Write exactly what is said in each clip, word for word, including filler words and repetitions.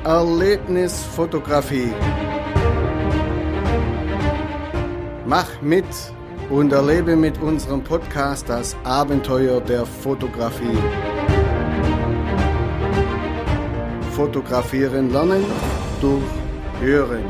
Erlebnisfotografie. Mach mit und erlebe mit unserem Podcast das Abenteuer der Fotografie. Fotografieren lernen durch Hören.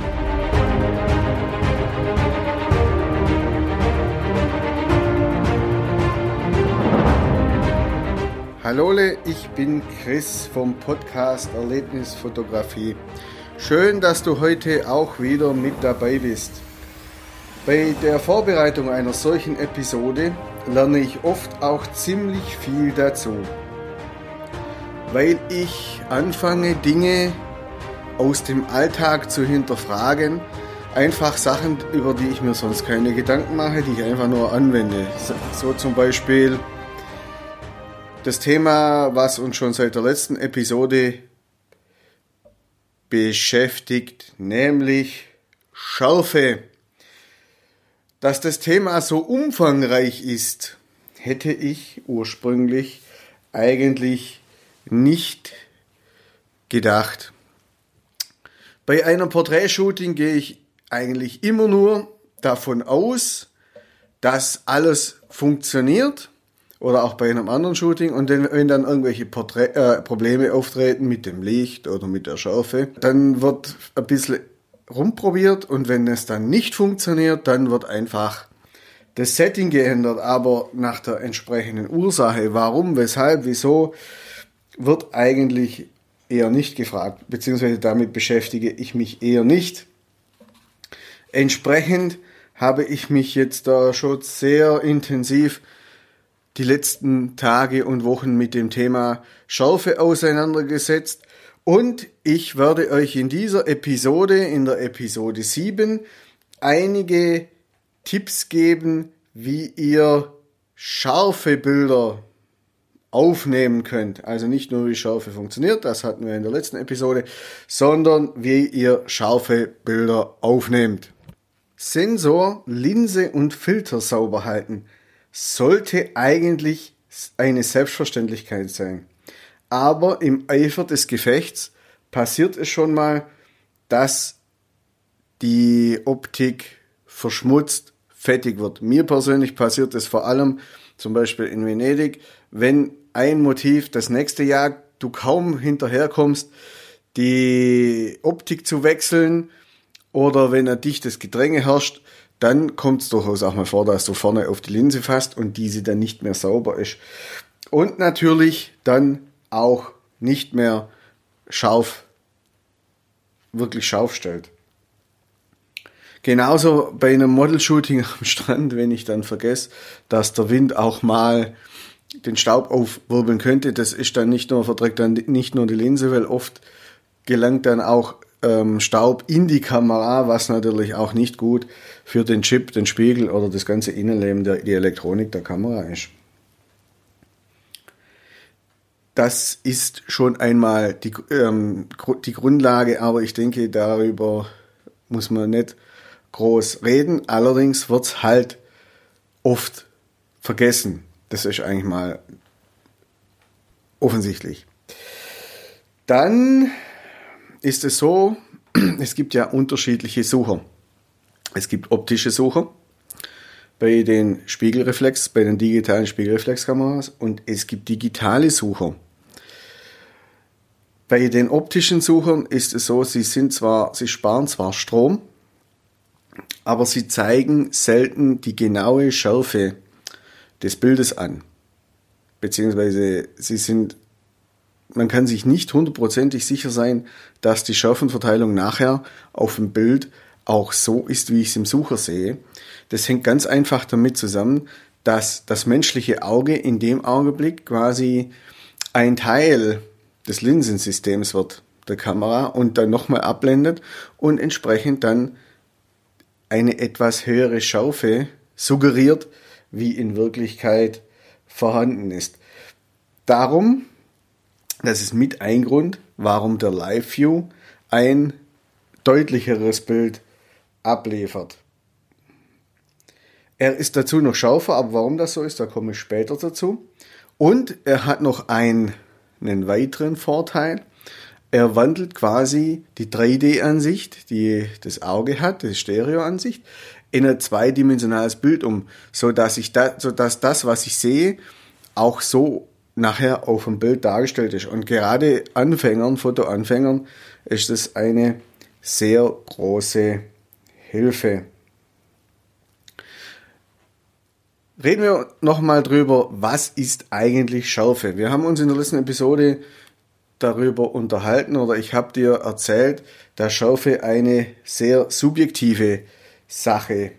Hallole, ich bin Chris vom Podcast Erlebnisfotografie. Schön, dass du heute auch wieder mit dabei bist. Bei der Vorbereitung einer solchen Episode lerne ich oft auch ziemlich viel dazu, weil ich anfange, Dinge aus dem Alltag zu hinterfragen, einfach Sachen, über die ich mir sonst keine Gedanken mache, die ich einfach nur anwende. So zum Beispiel das Thema, was uns schon seit der letzten Episode beschäftigt, nämlich Schärfe. Dass das Thema so umfangreich ist, hätte ich ursprünglich eigentlich nicht gedacht. Bei einem Porträtshooting gehe ich eigentlich immer nur davon aus, dass alles funktioniert. Oder auch bei einem anderen Shooting. Und wenn dann irgendwelche Porträt, äh, Probleme auftreten mit dem Licht oder mit der Schärfe, dann wird ein bisschen rumprobiert. Und wenn es dann nicht funktioniert, dann wird einfach das Setting geändert. Aber nach der entsprechenden Ursache, warum, weshalb, wieso, wird eigentlich eher nicht gefragt. Beziehungsweise damit beschäftige ich mich eher nicht. Entsprechend habe ich mich jetzt da schon sehr intensiv die letzten Tage und Wochen mit dem Thema Schärfe auseinandergesetzt und ich werde euch in dieser Episode, in der Episode sieben, einige Tipps geben, wie ihr scharfe Bilder aufnehmen könnt. Also nicht nur wie Schärfe funktioniert, das hatten wir in der letzten Episode, sondern wie ihr scharfe Bilder aufnehmt. Sensor, Linse und Filter sauber halten sollte eigentlich eine Selbstverständlichkeit sein. Aber im Eifer des Gefechts passiert es schon mal, dass die Optik verschmutzt, fettig wird. Mir persönlich passiert es vor allem zum Beispiel in Venedig, wenn ein Motiv das nächste jagt, du kaum hinterherkommst, die Optik zu wechseln oder wenn ein dichtes Gedränge herrscht, dann kommt es durchaus auch mal vor, dass du vorne auf die Linse fasst und diese dann nicht mehr sauber ist. Und natürlich dann auch nicht mehr scharf, wirklich scharf stellt. Genauso bei einem Model-Shooting am Strand, wenn ich dann vergesse, dass der Wind auch mal den Staub aufwirbeln könnte, das ist dann nicht nur, verträgt dann nicht nur die Linse, weil oft gelangt dann auch ähm, Staub in die Kamera, was natürlich auch nicht gut für den Chip, den Spiegel oder das ganze Innenleben, der, die Elektronik der Kamera ist. Das ist schon einmal die, ähm, die Grundlage, aber ich denke, darüber muss man nicht groß reden. Allerdings wird es halt oft vergessen. Das ist eigentlich mal offensichtlich. Dann ist es so, es gibt ja unterschiedliche Sucher. Es gibt optische Sucher bei den Spiegelreflex, bei den digitalen Spiegelreflexkameras und es gibt digitale Sucher. Bei den optischen Suchern ist es so, sie sind zwar, sie sparen zwar Strom, aber sie zeigen selten die genaue Schärfe des Bildes an. Beziehungsweise sie sind, man kann sich nicht hundertprozentig sicher sein, dass die Schärfenverteilung nachher auf dem Bild auch so ist, wie ich es im Sucher sehe. Das hängt ganz einfach damit zusammen, dass das menschliche Auge in dem Augenblick quasi ein Teil des Linsensystems wird, der Kamera, und dann nochmal abblendet und entsprechend dann eine etwas höhere Schärfe suggeriert, wie in Wirklichkeit vorhanden ist. Darum, das ist mit ein Grund, warum der Live View ein deutlicheres Bild abliefert. Er ist dazu noch schärfer, aber warum das so ist, da komme ich später dazu. Und er hat noch einen, einen weiteren Vorteil. Er wandelt quasi die drei D-Ansicht, die das Auge hat, die Stereo-Ansicht, in ein zweidimensionales Bild um, so dass ich da, so dass das, was ich sehe, auch so nachher auf dem Bild dargestellt ist. Und gerade Anfängern, Fotoanfängern, ist das eine sehr große Hilfe. Reden wir nochmal drüber, was ist eigentlich Schärfe? Wir haben uns in der letzten Episode darüber unterhalten oder ich habe dir erzählt, dass Schärfe eine sehr subjektive Sache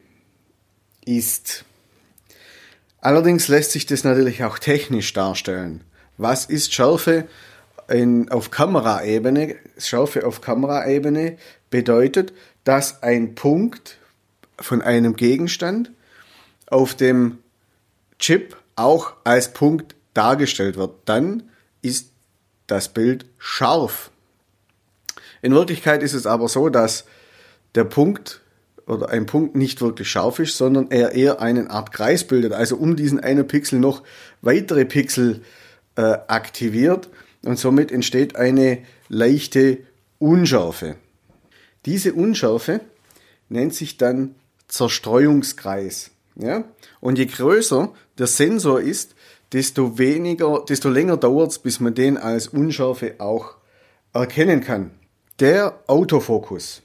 ist. Allerdings lässt sich das natürlich auch technisch darstellen. Was ist Schärfe in, auf Kameraebene? Schärfe auf Kameraebene bedeutet, dass ein Punkt von einem Gegenstand auf dem Chip auch als Punkt dargestellt wird. Dann ist das Bild scharf. In Wirklichkeit ist es aber so, dass der Punkt oder ein Punkt nicht wirklich scharf ist, sondern er eher eine Art Kreis bildet, also um diesen einen Pixel noch weitere Pixel äh, aktiviert und somit entsteht eine leichte Unschärfe. Diese Unschärfe nennt sich dann Zerstreuungskreis. Ja? Und je größer der Sensor ist, desto weniger, desto länger dauert es, bis man den als Unschärfe auch erkennen kann. Der Autofokus.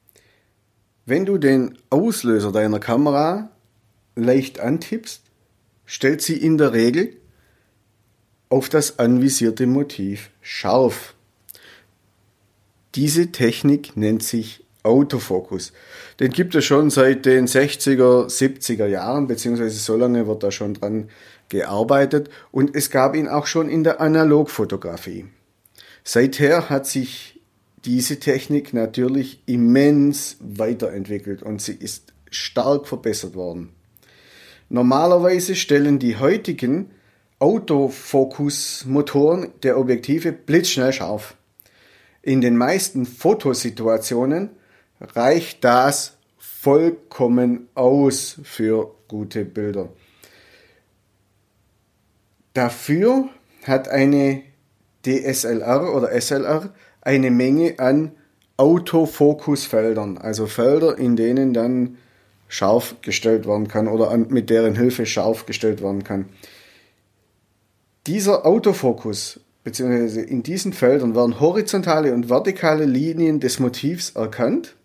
Wenn du den Auslöser deiner Kamera leicht antippst, stellt sie in der Regel auf das anvisierte Motiv scharf. Diese Technik nennt sich Autofokus. Den gibt es schon seit den sechziger, siebziger Jahren, beziehungsweise so lange wird da schon dran gearbeitet und es gab ihn auch schon in der Analogfotografie. Seither hat sich diese Technik natürlich immens weiterentwickelt und sie ist stark verbessert worden. Normalerweise stellen die heutigen Autofokusmotoren der Objektive blitzschnell scharf. In den meisten Fotosituationen reicht das vollkommen aus für gute Bilder. Dafür hat eine D S L R oder S L R eine Menge an Autofokusfeldern, also Felder, in denen dann scharf gestellt werden kann oder an, mit deren Hilfe scharf gestellt werden kann. Dieser Autofokus, beziehungsweise in diesen Feldern werden horizontale und vertikale Linien des Motivs erkannt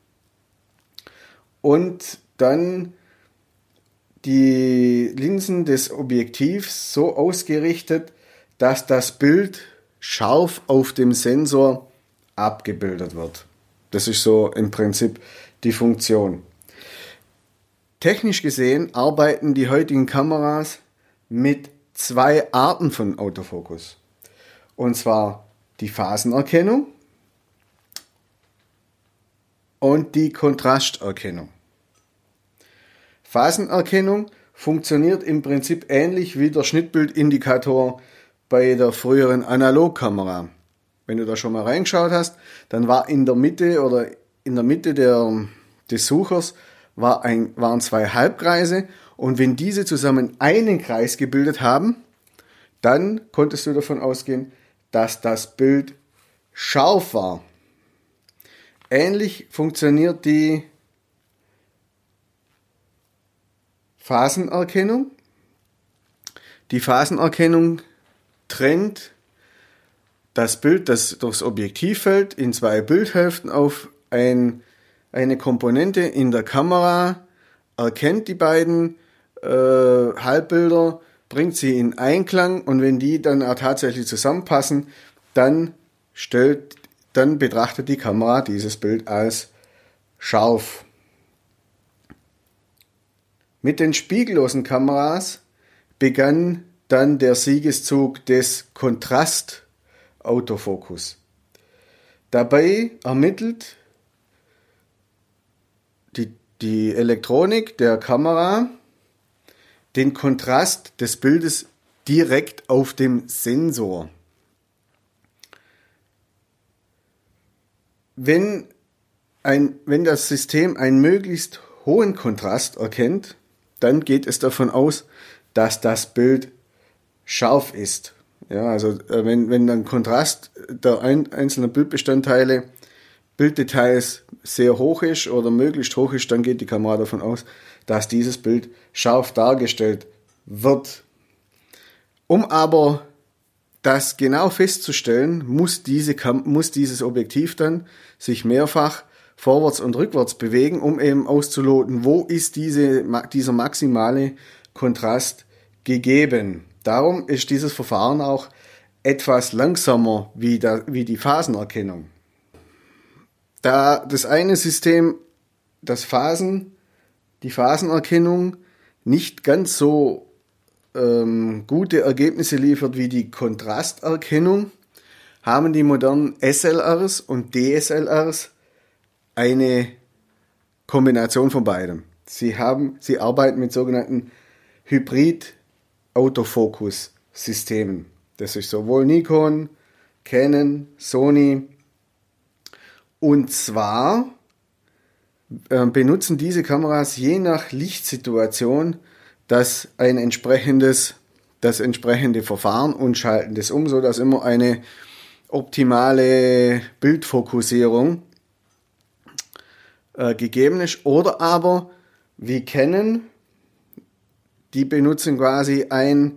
und dann die Linsen des Objektivs so ausgerichtet, dass das Bild scharf auf dem Sensor abgebildet wird. Das ist so im Prinzip die Funktion. Technisch gesehen arbeiten die heutigen Kameras mit zwei Arten von Autofokus. Und zwar die Phasenerkennung und die Kontrasterkennung. Phasenerkennung funktioniert im Prinzip ähnlich wie der Schnittbildindikator bei der früheren Analogkamera. Wenn du da schon mal reingeschaut hast, dann war in der Mitte oder in der Mitte der, des Suchers war ein, waren zwei Halbkreise und wenn diese zusammen einen Kreis gebildet haben, dann konntest du davon ausgehen, dass das Bild scharf war. Ähnlich funktioniert die Phasenerkennung. Die Phasenerkennung trennt das Bild, das durchs Objektiv fällt, in zwei Bildhälften auf. Ein, eine Komponente in der Kamera erkennt die beiden äh, Halbbilder, bringt sie in Einklang und wenn die dann auch tatsächlich zusammenpassen, dann stellt, dann betrachtet die Kamera dieses Bild als scharf. Mit den spiegellosen Kameras begann dann der Siegeszug des Kontrastautofokus. Dabei ermittelt die, die Elektronik der Kamera den Kontrast des Bildes direkt auf dem Sensor. Wenn, ein, wenn das System einen möglichst hohen Kontrast erkennt, dann geht es davon aus, dass das Bild scharf ist. Ja, also wenn, wenn ein Kontrast der ein, einzelnen Bildbestandteile, Bilddetails sehr hoch ist oder möglichst hoch ist, dann geht die Kamera davon aus, dass dieses Bild scharf dargestellt wird. Um aber das genau festzustellen, muss, diese, muss dieses Objektiv dann sich mehrfach vorwärts und rückwärts bewegen, um eben auszuloten, wo ist diese, dieser maximale Kontrast gegeben. Darum ist dieses Verfahren auch etwas langsamer wie, da, wie die Phasenerkennung. Da das eine System, das Phasen, die Phasenerkennung nicht ganz so ähm, gute Ergebnisse liefert wie die Kontrasterkennung, haben die modernen S L Rs und D S L Rs eine Kombination von beidem. Sie haben, sie arbeiten mit sogenannten Hybrid-Autofokus-Systemen. Das ist sowohl Nikon, Canon, Sony. Und zwar äh, benutzen diese Kameras je nach Lichtsituation das ein entsprechendes, das entsprechende Verfahren und schalten das um, sodass immer eine optimale Bildfokussierung äh, gegeben ist. Oder aber, wie Canon, die benutzen quasi ein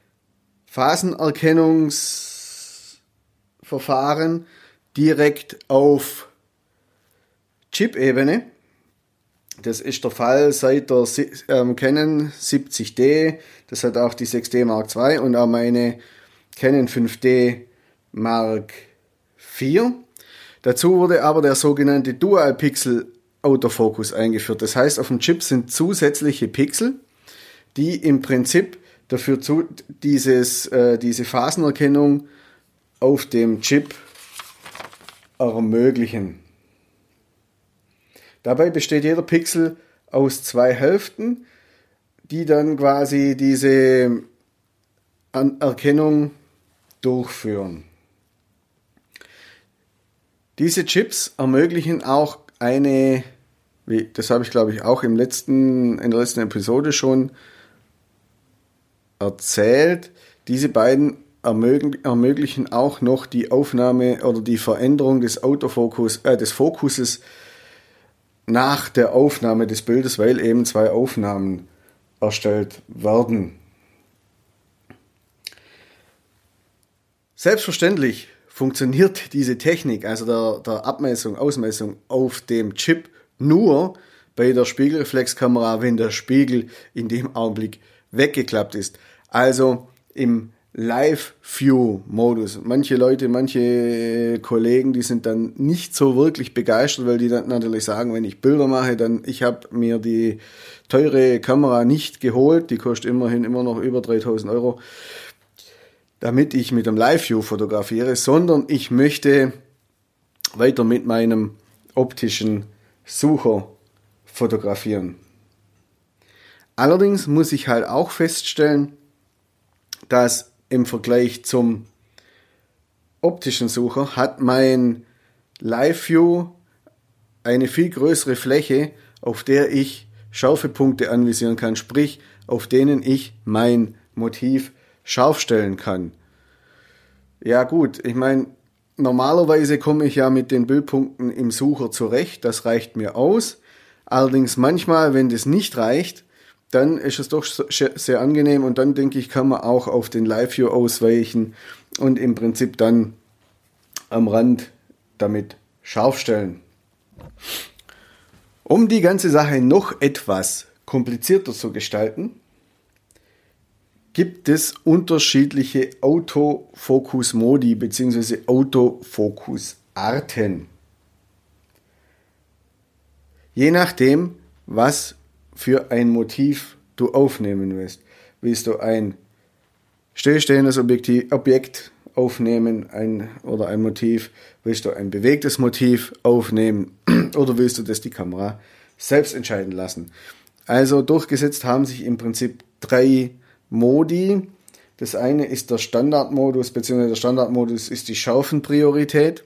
Phasenerkennungsverfahren direkt auf Chip-Ebene. Das ist der Fall seit der ähm, Canon siebzig D, das hat auch die sechs D Mark zwei und auch meine Canon fünf D Mark vier. Dazu wurde aber der sogenannte Dual-Pixel-Autofokus eingeführt. Das heißt, auf dem Chip sind zusätzliche Pixel, die im Prinzip dafür zu, dieses, äh, diese Phasenerkennung auf dem Chip ermöglichen. Dabei besteht jeder Pixel aus zwei Hälften, die dann quasi diese Erkennung durchführen. Diese Chips ermöglichen auch eine, wie, das habe ich glaube ich auch im letzten, in der letzten Episode schon erzählt, diese beiden ermöglichen auch noch die Aufnahme oder die Veränderung des Autofokus, äh, des Fokuses nach der Aufnahme des Bildes, weil eben zwei Aufnahmen erstellt werden. Selbstverständlich funktioniert diese Technik, also der, der Abmessung, Ausmessung auf dem Chip nur bei der Spiegelreflexkamera, wenn der Spiegel in dem Augenblick weggeklappt ist. Also im Live-View-Modus. Manche Leute, manche Kollegen, die sind dann nicht so wirklich begeistert, weil die dann natürlich sagen, wenn ich Bilder mache, dann ich habe mir die teure Kamera nicht geholt, die kostet immerhin immer noch über dreitausend Euro, damit ich mit dem Live-View fotografiere, sondern ich möchte weiter mit meinem optischen Sucher fotografieren. Allerdings muss ich halt auch feststellen, dass im Vergleich zum optischen Sucher hat mein Live-View eine viel größere Fläche, auf der ich scharfe Punkte anvisieren kann, sprich, auf denen ich mein Motiv scharf stellen kann. Ja gut, ich meine, normalerweise komme ich ja mit den Bildpunkten im Sucher zurecht, das reicht mir aus. Allerdings manchmal, wenn das nicht reicht, dann ist es doch sehr angenehm und dann denke ich, kann man auch auf den Live-View ausweichen und im Prinzip dann am Rand damit scharf stellen. Um die ganze Sache noch etwas komplizierter zu gestalten, gibt es unterschiedliche Autofokus-Modi bzw. Autofokus-Arten. Je nachdem, was für ein Motiv du aufnehmen willst. Willst du ein stillstehendes Objektiv, Objekt aufnehmen ein, oder ein Motiv? Willst du ein bewegtes Motiv aufnehmen oder willst du das die Kamera selbst entscheiden lassen? Also durchgesetzt haben sich im Prinzip drei Modi. Das eine ist der Standardmodus, beziehungsweise der Standardmodus ist die Scharfenpriorität.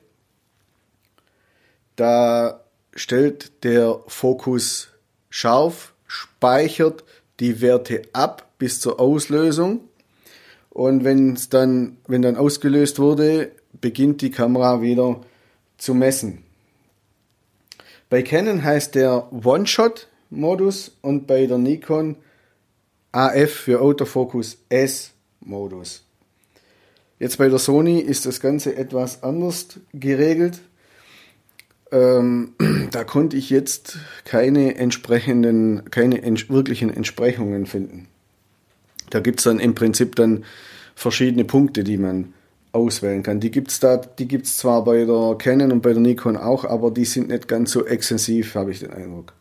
Da stellt der Fokus scharf, speichert die Werte ab bis zur Auslösung und wenn es dann, wenn dann ausgelöst wurde, beginnt die Kamera wieder zu messen. Bei Canon heißt der One-Shot-Modus und bei der Nikon A F für Autofocus S-Modus. Jetzt bei der Sony ist das Ganze etwas anders geregelt. Ähm, da konnte ich jetzt keine entsprechenden, keine ents- wirklichen Entsprechungen finden. Da gibt es dann im Prinzip dann verschiedene Punkte, die man auswählen kann. Die gibt es da, die gibt's zwar bei der Canon und bei der Nikon auch, aber die sind nicht ganz so extensiv, habe ich den Eindruck.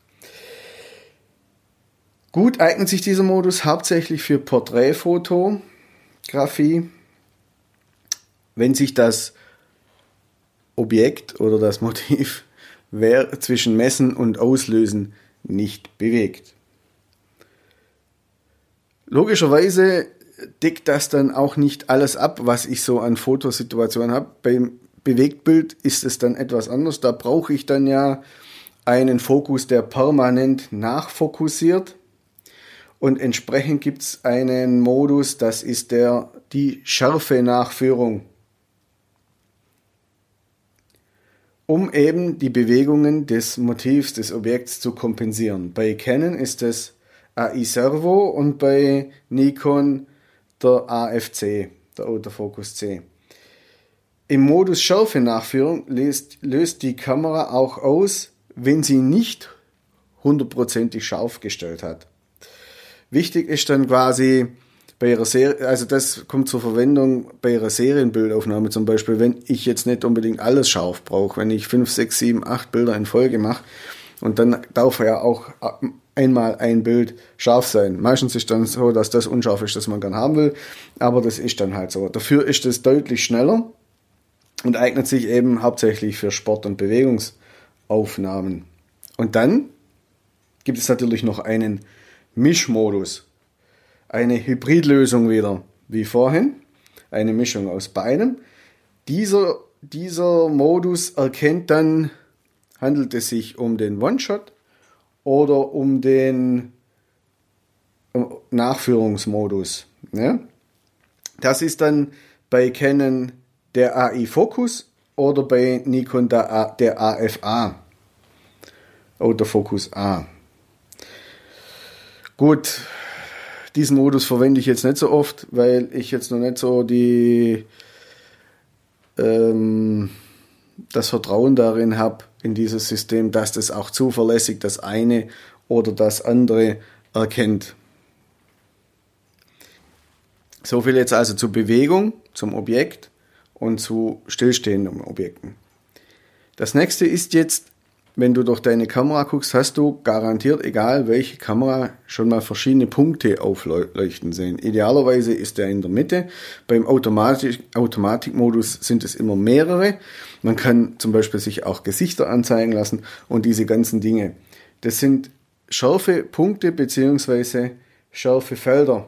Gut eignet sich dieser Modus hauptsächlich für Porträtfotografie, wenn sich das Objekt oder das Motiv zwischen Messen und Auslösen nicht bewegt. Logischerweise deckt das dann auch nicht alles ab, was ich so an Fotosituationen habe. Beim Bewegtbild ist es dann etwas anders. Da brauche ich dann ja einen Fokus, der permanent nachfokussiert. Und entsprechend gibt es einen Modus, das ist der, die scharfe Nachführung. Um eben die Bewegungen des Motivs, des Objekts zu kompensieren. Bei Canon ist es A I Servo und bei Nikon der A F C, der Autofocus C. Im Modus scharfe Nachführung löst, löst die Kamera auch aus, wenn sie nicht hundertprozentig scharf gestellt hat. Wichtig ist dann quasi bei ihrer Serie, also das kommt zur Verwendung bei ihrer Serienbildaufnahme zum Beispiel, wenn ich jetzt nicht unbedingt alles scharf brauche, wenn ich fünf, sechs, sieben, acht Bilder in Folge mache und dann darf ja auch einmal ein Bild scharf sein. Meistens ist dann so, dass das unscharf ist, das man gern haben will, aber das ist dann halt so. Dafür ist es deutlich schneller und eignet sich eben hauptsächlich für Sport- und Bewegungsaufnahmen. Und dann gibt es natürlich noch einen Mischmodus. Eine Hybridlösung wieder, wie vorhin. Eine Mischung aus beidem. Dieser, dieser Modus erkennt dann, handelt es sich um den One-Shot oder um den Nachführungsmodus. Ja? Das ist dann bei Canon der A I Focus oder bei Nikon der, A, der A F A. Autofocus A. Gut, diesen Modus verwende ich jetzt nicht so oft, weil ich jetzt noch nicht so die ähm, das Vertrauen darin habe, in dieses System, dass das auch zuverlässig das eine oder das andere erkennt. So viel jetzt also zur Bewegung, zum Objekt und zu stillstehenden Objekten. Das nächste ist jetzt, wenn du durch deine Kamera guckst, hast du garantiert, egal welche Kamera, schon mal verschiedene Punkte aufleuchten sehen. Idealerweise ist der in der Mitte. Beim Automatik, Automatikmodus sind es immer mehrere. Man kann zum Beispiel sich auch Gesichter anzeigen lassen und diese ganzen Dinge. Das sind scharfe Punkte bzw. scharfe Felder.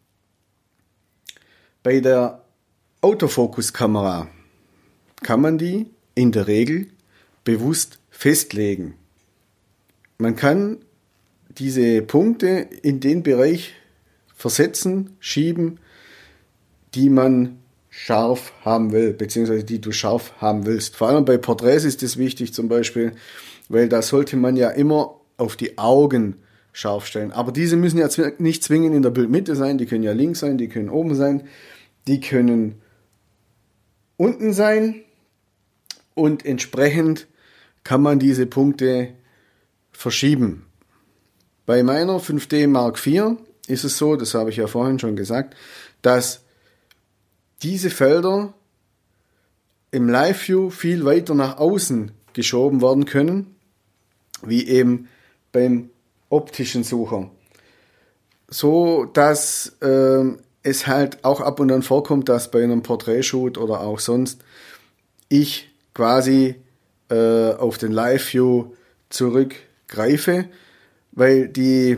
Bei der Autofokus-Kamera kann man die in der Regel bewusst festlegen. Man kann diese Punkte in den Bereich versetzen, schieben, die man scharf haben will, beziehungsweise die du scharf haben willst. Vor allem bei Porträts ist das wichtig zum Beispiel, weil da sollte man ja immer auf die Augen scharf stellen. Aber diese müssen ja nicht zwingend in der Bildmitte sein, die können ja links sein, die können oben sein, die können unten sein und entsprechend kann man diese Punkte verschieben. Bei meiner fünf D Mark vier ist es so, das habe ich ja vorhin schon gesagt, dass diese Felder im Live-View viel weiter nach außen geschoben werden können, wie eben beim optischen Sucher. So, dass äh, es halt auch ab und an vorkommt, dass bei einem Porträtshoot oder auch sonst ich quasi auf den Live-View zurückgreife, weil die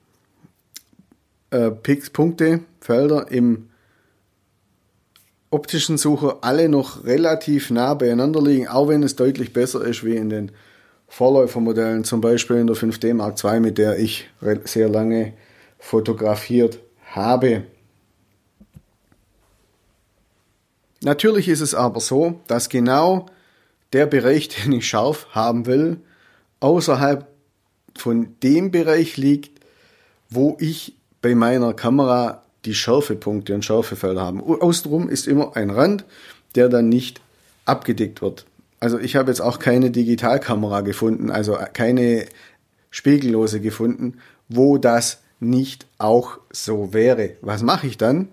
äh, Punkte, Felder im optischen Sucher alle noch relativ nah beieinander liegen, auch wenn es deutlich besser ist wie in den Vorläufermodellen, zum Beispiel in der fünf D Mark zwei, mit der ich sehr lange fotografiert habe. Natürlich ist es aber so, dass genau der Bereich, den ich scharf haben will, außerhalb von dem Bereich liegt, wo ich bei meiner Kamera die Schärfepunkte und Schärfefelder habe. Außenrum ist immer ein Rand, der dann nicht abgedeckt wird. Also ich habe jetzt auch keine Digitalkamera gefunden, also keine spiegellose gefunden, wo das nicht auch so wäre. Was mache ich dann?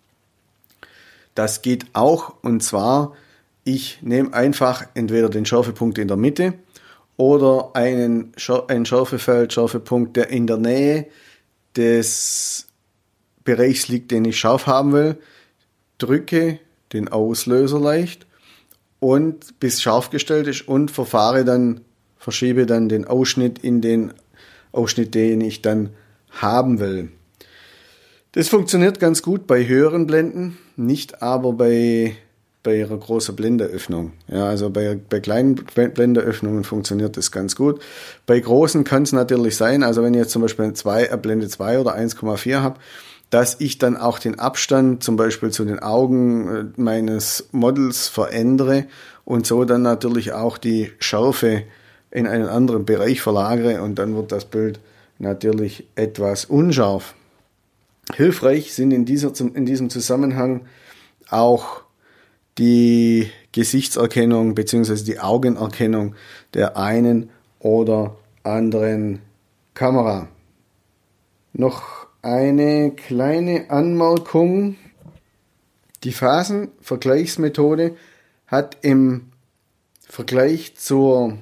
Das geht auch, und zwar, ich nehme einfach entweder den Schärfepunkt in der Mitte oder einen, ein Schärfefeld, Schärfepunkt, der in der Nähe des Bereichs liegt, den ich scharf haben will, drücke den Auslöser leicht und bis scharf gestellt ist und verfahre dann, verschiebe dann den Ausschnitt in den Ausschnitt, den ich dann haben will. Das funktioniert ganz gut bei höheren Blenden, nicht aber bei, bei einer großen Blenderöffnung. Ja, also bei, bei kleinen Blenderöffnungen funktioniert das ganz gut. Bei großen kann es natürlich sein, also wenn ich jetzt zum Beispiel eine zwei, eine Blende zwei oder eins Komma vier habe, dass ich dann auch den Abstand zum Beispiel zu den Augen meines Models verändere und so dann natürlich auch die Schärfe in einen anderen Bereich verlagere und dann wird das Bild natürlich etwas unscharf. Hilfreich sind in, dieser, in diesem Zusammenhang auch die Gesichtserkennung bzw. die Augenerkennung der einen oder anderen Kamera. Noch eine kleine Anmerkung. Die Phasenvergleichsmethode hat im Vergleich zur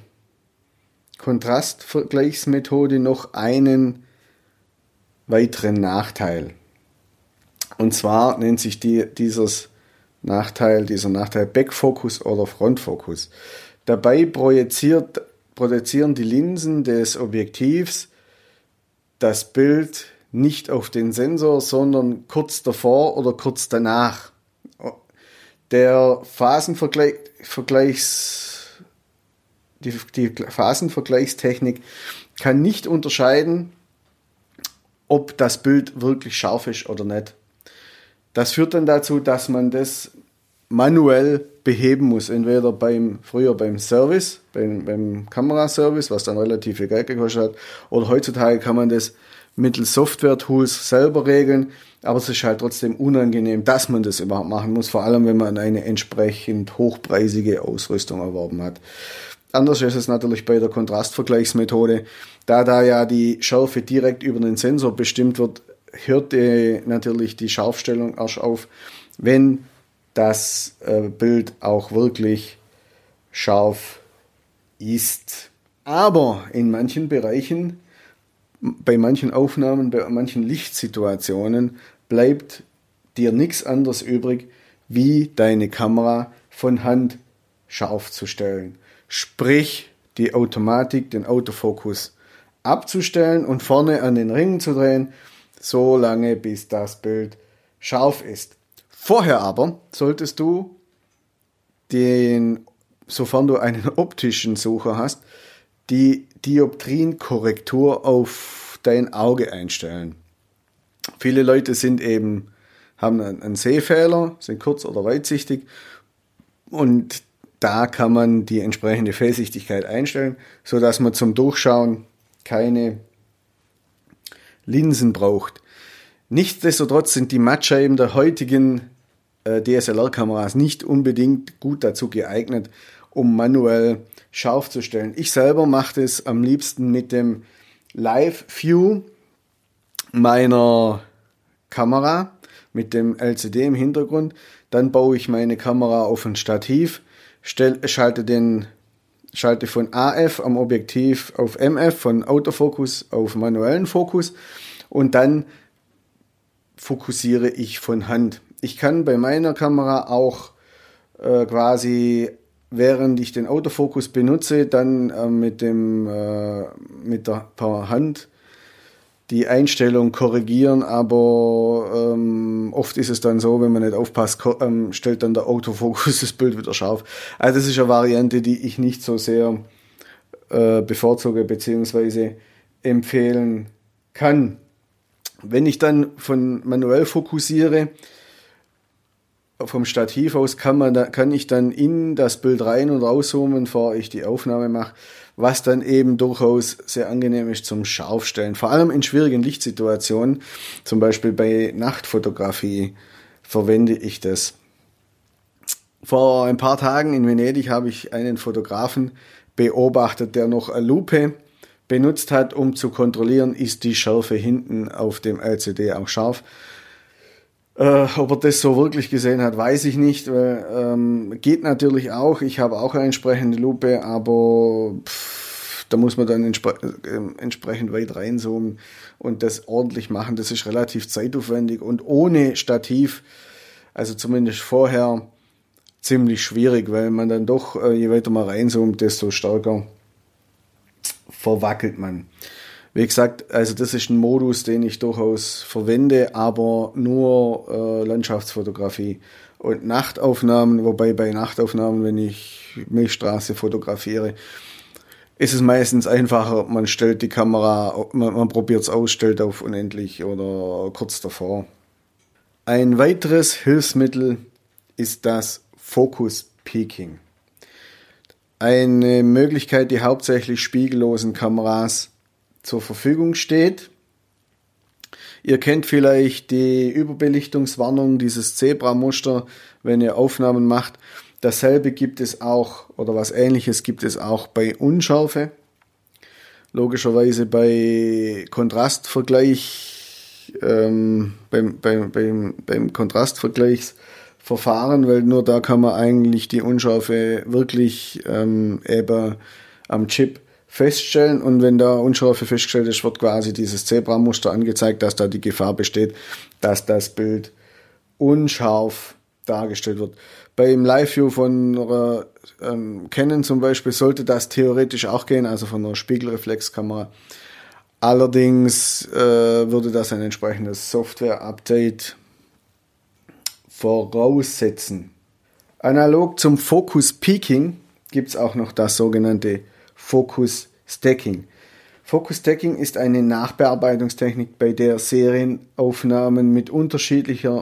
Kontrastvergleichsmethode noch einen weiteren Nachteil. Und zwar nennt sich die, dieses Nachteil, dieser Nachteil Backfocus oder Frontfocus. Dabei projiziert, projizieren die Linsen des Objektivs das Bild nicht auf den Sensor, sondern kurz davor oder kurz danach. Der Phasenvergleich, Vergleichs, die, die Phasenvergleichstechnik kann nicht unterscheiden, ob das Bild wirklich scharf ist oder nicht. Das führt dann dazu, dass man das manuell beheben muss. Entweder beim, früher beim Service, beim, beim Kameraservice, was dann relativ viel Geld gekostet hat, oder heutzutage kann man das mittels Software-Tools selber regeln, aber es ist halt trotzdem unangenehm, dass man das überhaupt machen muss, vor allem wenn man eine entsprechend hochpreisige Ausrüstung erworben hat. Anders ist es natürlich bei der Kontrastvergleichsmethode. Da da ja die Schärfe direkt über den Sensor bestimmt wird, hört die, natürlich die Scharfstellung erst auf, wenn das äh, Bild auch wirklich scharf ist. Aber in manchen Bereichen, bei manchen Aufnahmen, bei manchen Lichtsituationen bleibt dir nichts anderes übrig, wie deine Kamera von Hand scharf zu stellen. Sprich, die Automatik, den Autofokus abzustellen und vorne an den Ringen zu drehen, so lange bis das Bild scharf ist. Vorher aber solltest du den, sofern du einen optischen Sucher hast, die Dioptrienkorrektur auf dein Auge einstellen. Viele Leute sind eben, haben einen Sehfehler, sind kurz- oder weitsichtig und da kann man die entsprechende Fehlsichtigkeit einstellen, sodass man zum Durchschauen keine Linsen braucht. Nichtsdestotrotz sind die Mattscheiben der heutigen äh, D S L R-Kameras nicht unbedingt gut dazu geeignet, um manuell scharf zu stellen. Ich selber mache das am liebsten mit dem Live-View meiner Kamera, mit dem L C D im Hintergrund. Dann baue ich meine Kamera auf ein Stativ, stell, schalte, den, schalte von A F am Objektiv auf M F, von Autofokus auf manuellen Fokus und dann fokussiere ich von Hand. Ich kann bei meiner Kamera auch äh, quasi, während ich den Autofokus benutze, dann äh, mit dem äh, mit der per Hand die Einstellung korrigieren, aber ähm, oft ist es dann so, wenn man nicht aufpasst, ko- ähm, stellt dann der Autofokus das Bild wieder scharf. Also das ist eine Variante, die ich nicht so sehr äh, bevorzuge bzw. empfehlen kann. Wenn ich dann von manuell fokussiere, vom Stativ aus kann man da, kann ich dann in das Bild rein und rauszoomen, bevor ich die Aufnahme mache, was dann eben durchaus sehr angenehm ist zum Scharfstellen. Vor allem in schwierigen Lichtsituationen, zum Beispiel bei Nachtfotografie, verwende ich das. Vor ein paar Tagen in Venedig habe ich einen Fotografen beobachtet, der noch eine Lupe benutzt hat, um zu kontrollieren, ist die Schärfe hinten auf dem L C D auch scharf. Äh, ob er das so wirklich gesehen hat, weiß ich nicht. Weil, ähm, geht natürlich auch. Ich habe auch eine entsprechende Lupe, aber pff, da muss man dann entspre- äh, entsprechend weit reinzoomen und das ordentlich machen. Das ist relativ zeitaufwendig und ohne Stativ, also zumindest vorher, ziemlich schwierig, weil man dann doch, äh, je weiter man reinzoomt, desto stärker verwackelt man. Wie gesagt, also das ist ein Modus, den ich durchaus verwende, aber nur äh, Landschaftsfotografie und Nachtaufnahmen, wobei bei Nachtaufnahmen, wenn ich Milchstraße fotografiere, ist es meistens einfacher, man stellt die Kamera, man, man probiert es aus, stellt auf unendlich oder kurz davor. Ein weiteres Hilfsmittel ist das Focus Peaking. Eine Möglichkeit, die hauptsächlich spiegellosen Kameras zur Verfügung steht. Ihr kennt vielleicht die Überbelichtungswarnung, dieses Zebra-Muster, wenn ihr Aufnahmen macht. Dasselbe gibt es auch, oder was Ähnliches gibt es auch bei Unschärfe. Logischerweise bei Kontrastvergleich, ähm, beim, beim, beim, beim Kontrastvergleichsverfahren, weil nur da kann man eigentlich die Unschärfe wirklich ähm, eben am Chip feststellen, und wenn da Unschärfe festgestellt ist, wird quasi dieses Zebra-Muster angezeigt, dass da die Gefahr besteht, dass das Bild unscharf dargestellt wird. Beim Live-View von einer ähm, Canon zum Beispiel sollte das theoretisch auch gehen, also von einer Spiegelreflexkamera. Allerdings äh, würde das ein entsprechendes Software-Update voraussetzen. Analog zum Focus Peaking gibt es auch noch das sogenannte Focus Stacking. Focus Stacking ist eine Nachbearbeitungstechnik, bei der Serienaufnahmen mit unterschiedlicher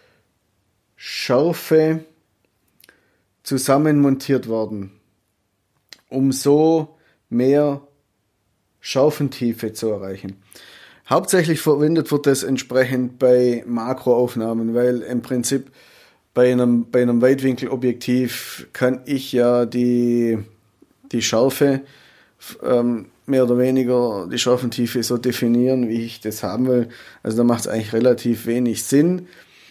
Schärfe zusammenmontiert werden, um so mehr Schärfentiefe zu erreichen. Hauptsächlich verwendet wird das entsprechend bei Makroaufnahmen, weil im Prinzip bei einem, bei einem Weitwinkelobjektiv kann ich ja die die Schärfe, ähm, mehr oder weniger die Schärfentiefe so definieren, wie ich das haben will. Also da macht es eigentlich relativ wenig Sinn.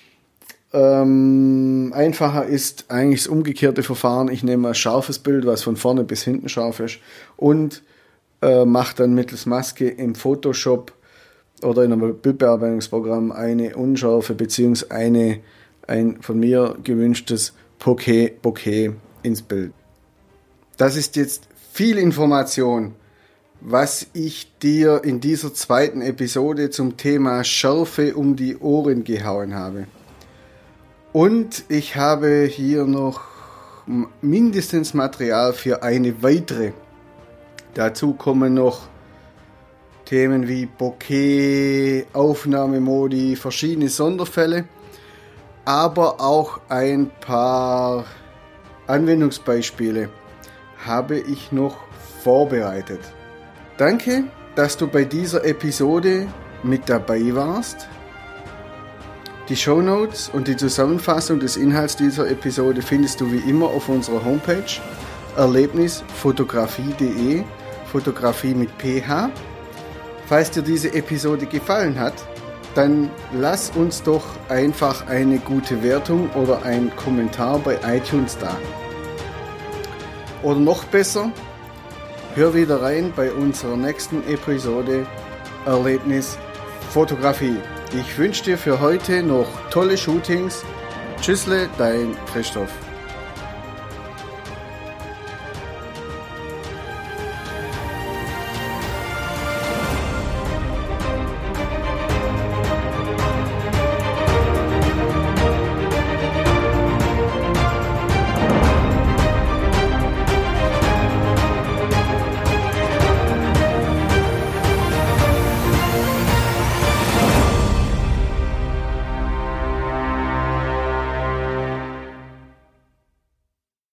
Ähm, einfacher ist eigentlich das umgekehrte Verfahren. Ich nehme ein scharfes Bild, was von vorne bis hinten scharf ist, und äh, mache dann mittels Maske im Photoshop oder in einem Bildbearbeitungsprogramm eine unscharfe bzw. eine ein von mir gewünschtes Bokeh, Bokeh ins Bild. Das ist jetzt viel Information, was ich dir in dieser zweiten Episode zum Thema Schärfe um die Ohren gehauen habe. Und ich habe hier noch mindestens Material für eine weitere. Dazu kommen noch Themen wie Bokeh, Aufnahmemodi, verschiedene Sonderfälle, aber auch ein paar Anwendungsbeispiele habe ich noch vorbereitet. Danke, dass du bei dieser Episode mit dabei warst. Die Shownotes und die Zusammenfassung des Inhalts dieser Episode findest du wie immer auf unserer Homepage erlebnisfotografie punkt de, Fotografie mit P H. Falls dir diese Episode gefallen hat, dann lass uns doch einfach eine gute Wertung oder einen Kommentar bei iTunes da. Oder noch besser, hör wieder rein bei unserer nächsten Episode Erlebnis Fotografie. Ich wünsche dir für heute noch tolle Shootings. Tschüssle, dein Christoph.